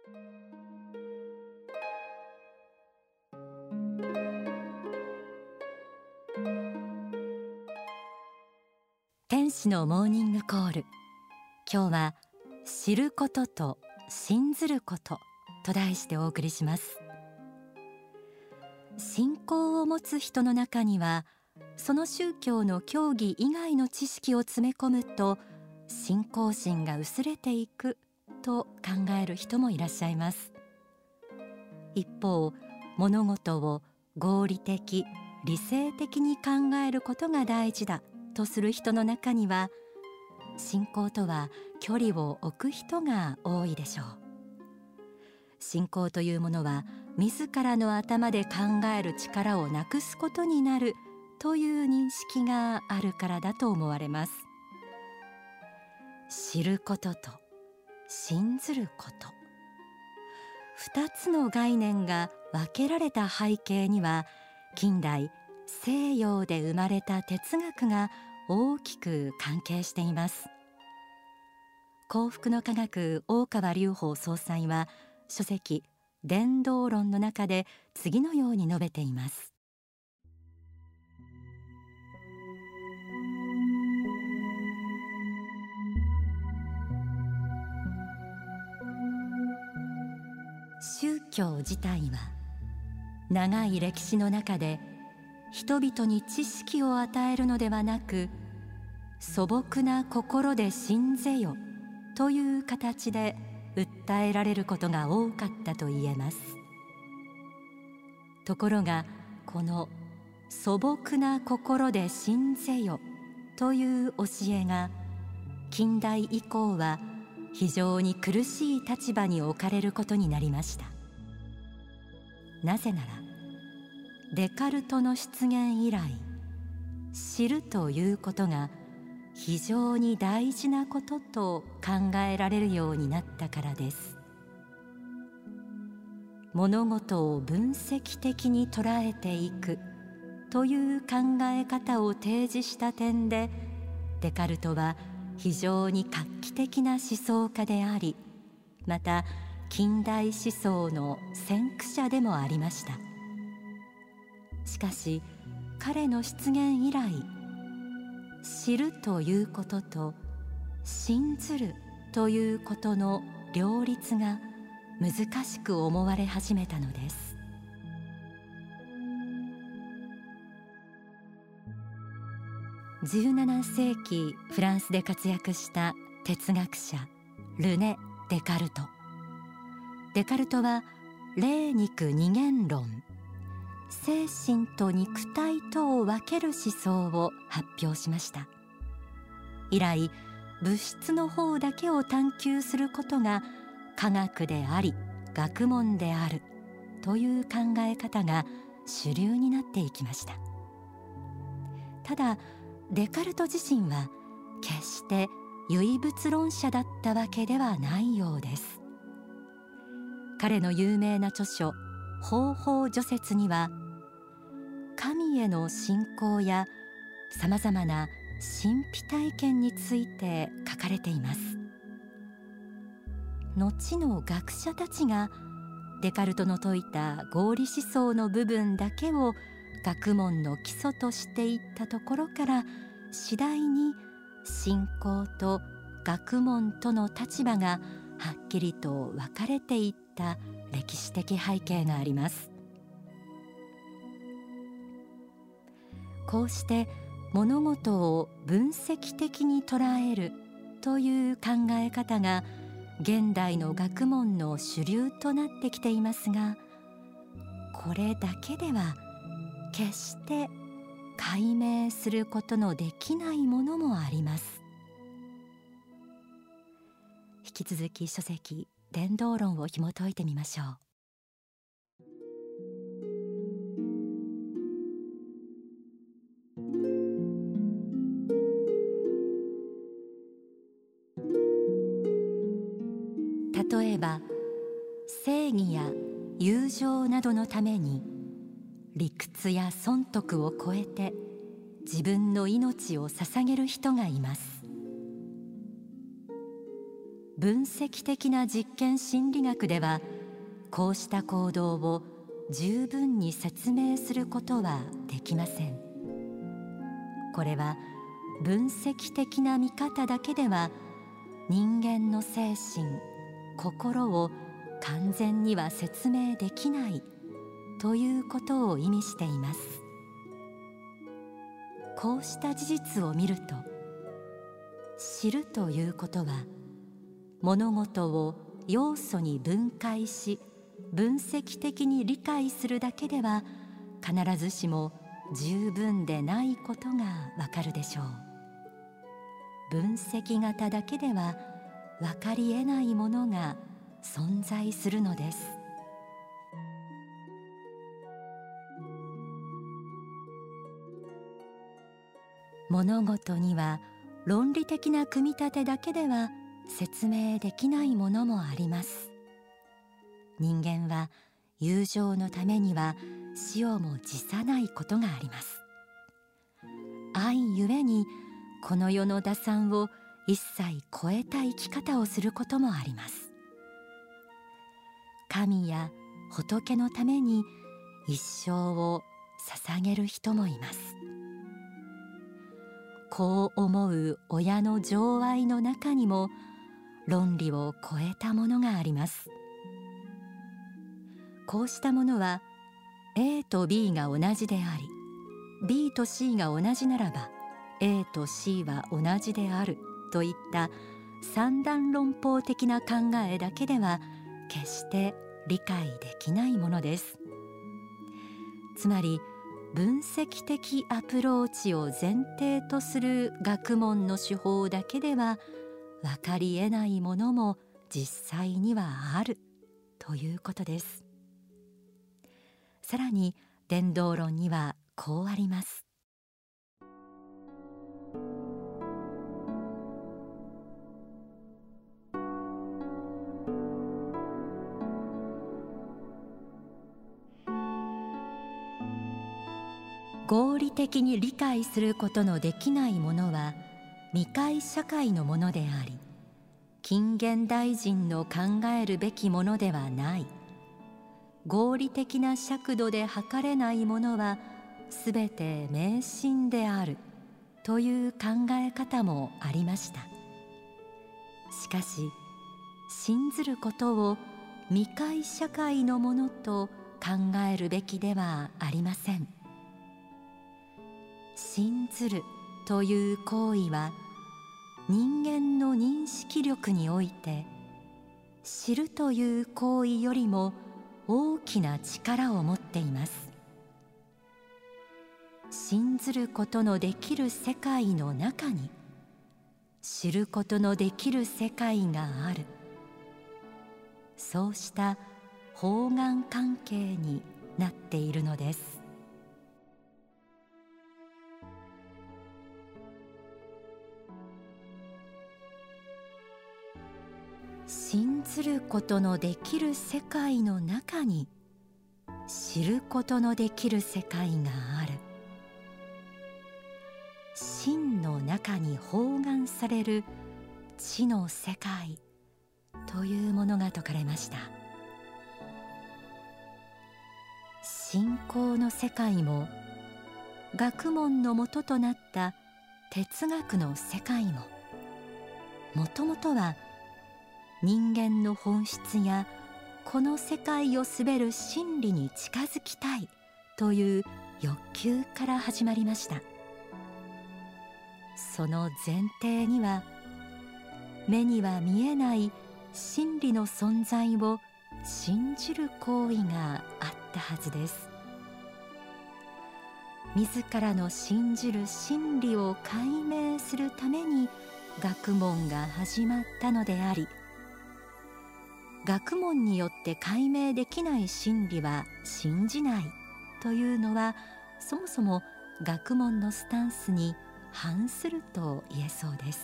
天使のモーニングコール。今日は知ることと信ずることと題してお送りします。信仰を持つ人の中には、その宗教の教義以外の知識を詰め込むと信仰心が薄れていくと考える人もいらっしゃいます。一方、物事を合理的、理性的に考えることが大事だとする人の中には、信仰とは距離を置く人が多いでしょう。信仰というものは自らの頭で考える力をなくすことになるという認識があるからだと思われます。知ることと信ずること、二つの概念が分けられた背景には、近代西洋で生まれた哲学が大きく関係しています。幸福の科学大川隆法総裁は書籍伝道論の中で次のように述べています。宗教自体は長い歴史の中で人々に知識を与えるのではなく、素朴な心で信ぜよという形で訴えられることが多かったと言えます。ところが、この素朴な心で信ぜよという教えが近代以降は非常に苦しい立場に置かれることになりました。なぜなら、デカルトの出現以来、知るということが非常に大事なことと考えられるようになったからです。物事を分析的に捉えていくという考え方を提示した点で、デカルトは非常に画期的な思想家であり、また近代思想の先駆者でもありました。しかし彼の出現以来、知るということと信ずるということの両立が難しく思われ始めたのです。17世紀フランスで活躍した哲学者ルネ・デカルト。デカルトは霊肉二元論、精神と肉体とを分ける思想を発表しました。以来、物質の方だけを探求することが科学であり学問であるという考え方が主流になっていきました。ただ、デカルト自身は決して唯物論者だったわけではないようです。彼の有名な著書「方法序説」には、神への信仰やさまざまな神秘体験について書かれています。後の学者たちがデカルトの説いた合理思想の部分だけを学問の基礎としていったところから、次第に信仰と学問との立場がはっきりと分かれていった歴史的背景があります。こうして物事を分析的に捉えるという考え方が現代の学問の主流となってきていますが、これだけでは決して解明することのできないものもあります。引き続き書籍伝道論を紐解いてみましょう。例えば、正義や友情などのために理屈や損得を超えて自分の命を捧げる人がいます。 分析的な実験心理学では、こうした行動を十分に説明することはできません。これは分析的な見方だけでは人間の精神、心を完全には説明できないということを意味しています。こうした事実を見ると、知るということは物事を要素に分解し分析的に理解するだけでは必ずしも十分でないことがわかるでしょう。分析型だけではわかり得ないものが存在するのです。物事には論理的な組み立てだけでは説明できないものもあります。人間は友情のためには死をも辞さないことがあります。愛ゆえにこの世の打算を一切超えた生き方をすることもあります。神や仏のために一生を捧げる人もいます。こう思う親の情愛の中にも論理を超えたものがあります。こうしたものは A と B が同じであり、 B と C が同じならば A と C は同じであるといった三段論法的な考えだけでは決して理解できないものです。つまり分析的アプローチを前提とする学問の手法だけでは分かり得ないものも実際にはあるということです。さらに伝道論にはこうあります。合理的に理解することのできないものは未開社会のものであり、近現代人の考えるべきものではない。合理的な尺度で測れないものはすべて迷信であるという考え方もありました。しかし信ずることを未開社会のものと考えるべきではありません。信ずるという行為は人間の認識力において知るという行為よりも大きな力を持っています。信ずることのできる世界の中に知ることのできる世界がある。そうした包含関係になっているのです。信ずることのできる世界の中に知ることのできる世界がある。真の中に包含される知の世界というものが説かれました。信仰の世界も学問の元となった哲学の世界も、もともとは人間の本質やこの世界を統る真理に近づきたいという欲求から始まりました。その前提には目には見えない真理の存在を信じる行為があったはずです。自らの信じる真理を解明するために学問が始まったのであり、学問によって解明できない真理は信じないというのはそもそも学問のスタンスに反すると言えそうです。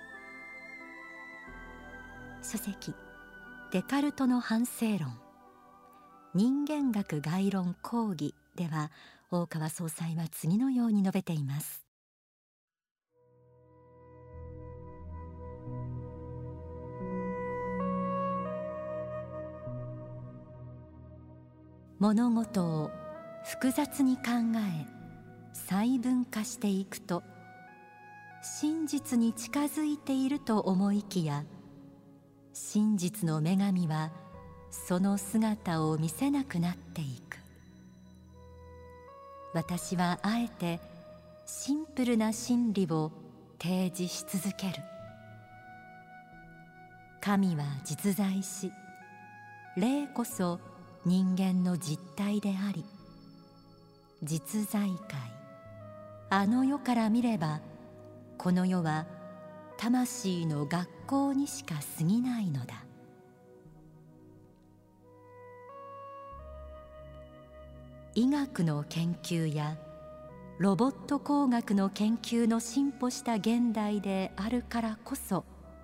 書籍デカルトの反省論、人間学概論講義では大川総裁は次のように述べています。 物事を複雑に考え細分化していくと、真実に近づいていると思いきや、真実の女神はその姿を見せなくなっていく。私はあえてシンプルな真理を提示し続ける。神は実在し、霊こそ人間の実体であり、実在界、あの世から見れば、この世は魂の学校にしか過ぎないのだ。医学の研究やロボット工学の研究の進歩した現代であるからこそ、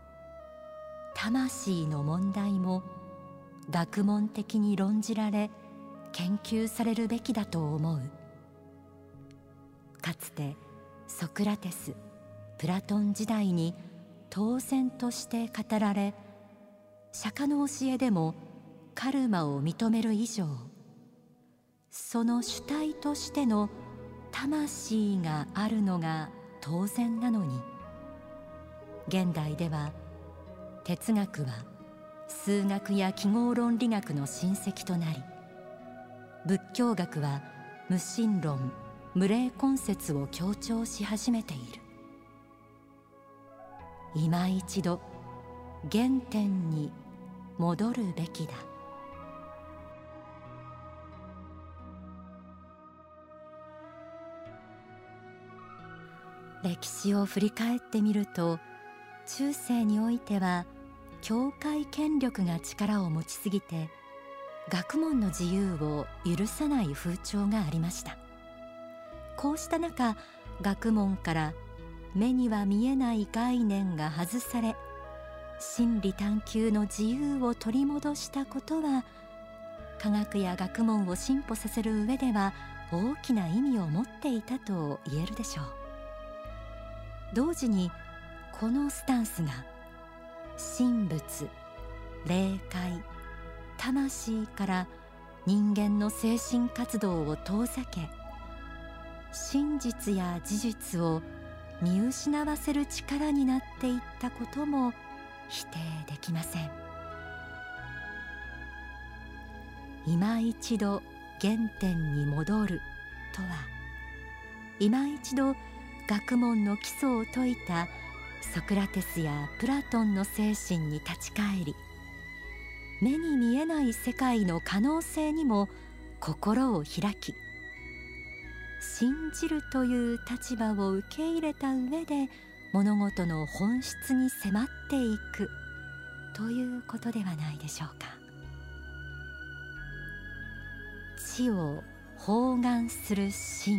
魂の問題も学問的に論じられ研究されるべきだと思う。かつてソクラテス、プラトン時代に当然として語られ、釈迦の教えでもカルマを認める以上、その主体としての魂があるのが当然なのに、現代では哲学は数学や記号論理学の親戚となり、仏教学は無神論、無霊根説を強調し始めている。今一度原点に戻るべきだ。歴史を振り返ってみると、中世においては教会権力が力を持ちすぎて学問の自由を許さない風潮がありました。こうした中、学問から目には見えない概念が外され、真理探求の自由を取り戻したことは、科学や学問を進歩させる上では大きな意味を持っていたと言えるでしょう。同時にこのスタンスが神仏、霊界、魂から人間の精神活動を遠ざけ、真実や事実を見失わせる力になっていったことも否定できません。今一度原点に戻るとは、今一度学問の基礎を説いたソクラテスやプラトンの精神に立ち返り、目に見えない世界の可能性にも心を開き、信じるという立場を受け入れた上で物事の本質に迫っていくということではないでしょうか。知を包含する真、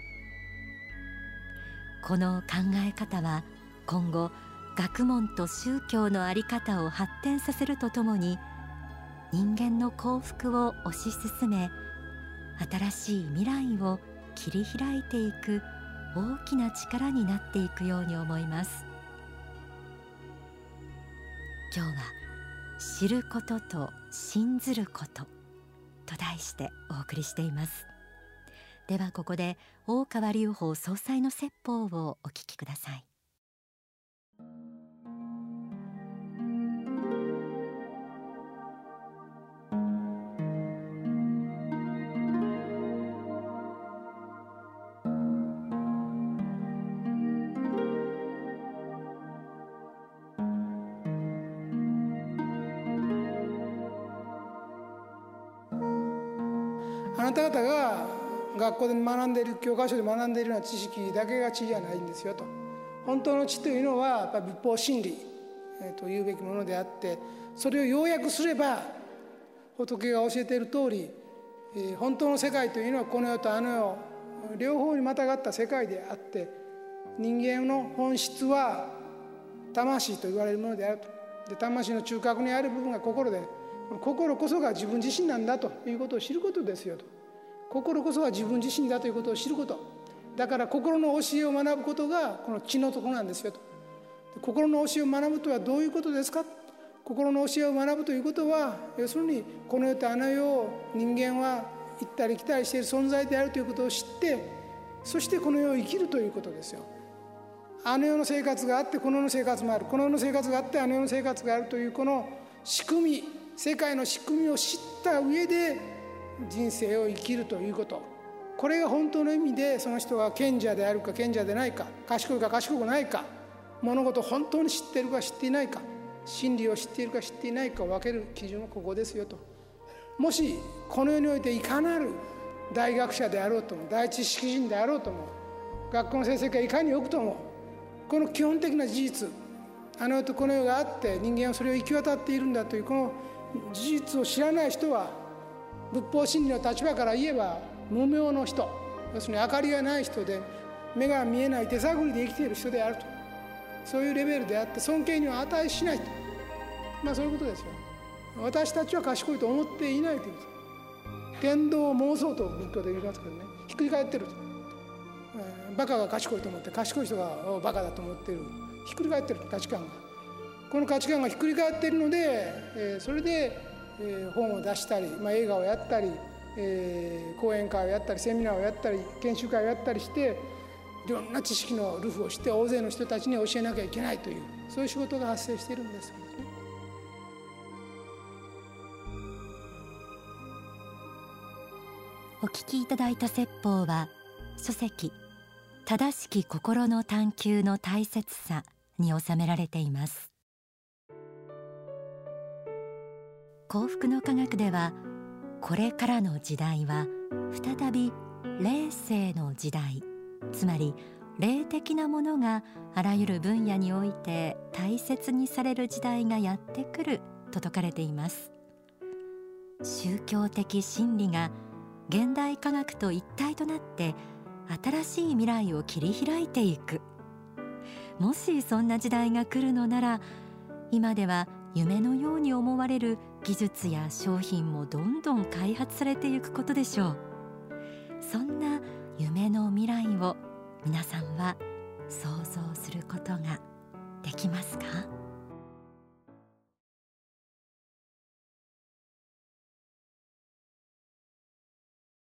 この考え方は今後学問と宗教の在り方を発展させるとともに、人間の幸福を推し進め、新しい未来を切り開いていく大きな力になっていくように思います。今日は知ることと信ずることと題してお送りしています。ではここで大川隆法総裁の説法をお聞きください。 あなた方が学校で学んでいる、教科書で学んでいるような知識だけが知じゃないんですよと。本当の知というのはやっぱり仏法真理というべきものであって、それを要約すれば仏が教えている通り、本当の世界というのはこの世とあの世両方にまたがった世界であって、人間の本質は魂と言われるものであると。で、魂の中核にある部分が心で、心こそが自分自身なんだということを知ることですよと。心こそが自分自身だということを知ること。だから心の教えを学ぶことがこの知のところなんですよと。心の教えを学ぶとはどういうことですか。心の教えを学ぶということは、要するにこの世とあの世を人間は行ったり来たりしている存在であるということを知って、そしてこの世を生きるということですよ。あの世の生活があってこの世の生活もある、この世の生活があってあの世の生活があるというこの仕組み、世界の仕組みを知った上で人生を生きるということ、これが本当の意味でその人が賢者であるか賢者でないか、賢いか賢くないか、物事を本当に知っているか知っていないか、真理を知っているか知っていないかを分ける基準はここですよと。もしこの世においていかなる大学者であろうとも、大知識人であろうとも、学校の成績がいかによくとも、この基本的な事実、あの世とこの世があって人間はそれを行き渡っているんだというこの事実を知らない人は、仏法真理の立場から言えば無明の人、要するに明かりがない人で、目が見えない手探りで生きている人であると、そういうレベルであって尊敬には値しないと、そういうことですよ。私たちは賢いと思っていないということ、天道妄想と仏教で言いますけどね、ひっくり返ってると、バカが賢いと思って賢い人がバカだと思っている、ひっくり返ってる価値観が、この価値観がひっくり返っているので、それで本を出したり、映画をやったり、講演会をやったり、セミナーをやったり、研修会をやったりして、いろんな知識の流布をして大勢の人たちに教えなきゃいけないという、そういう仕事が発生しているんですよね。 お聞きいただいた説法は書籍正しき心の探求の大切さに収められています。幸福の科学では、これからの時代は再び霊性の時代、つまり霊的なものがあらゆる分野において大切にされる時代がやってくると説かれています。宗教的真理が現代科学と一体となって新しい未来を切り開いていく。もしそんな時代が来るのなら、今では夢のように思われる技術や商品もどんどん開発されていくことでしょう。そんな夢の未来を皆さんは想像することができますか？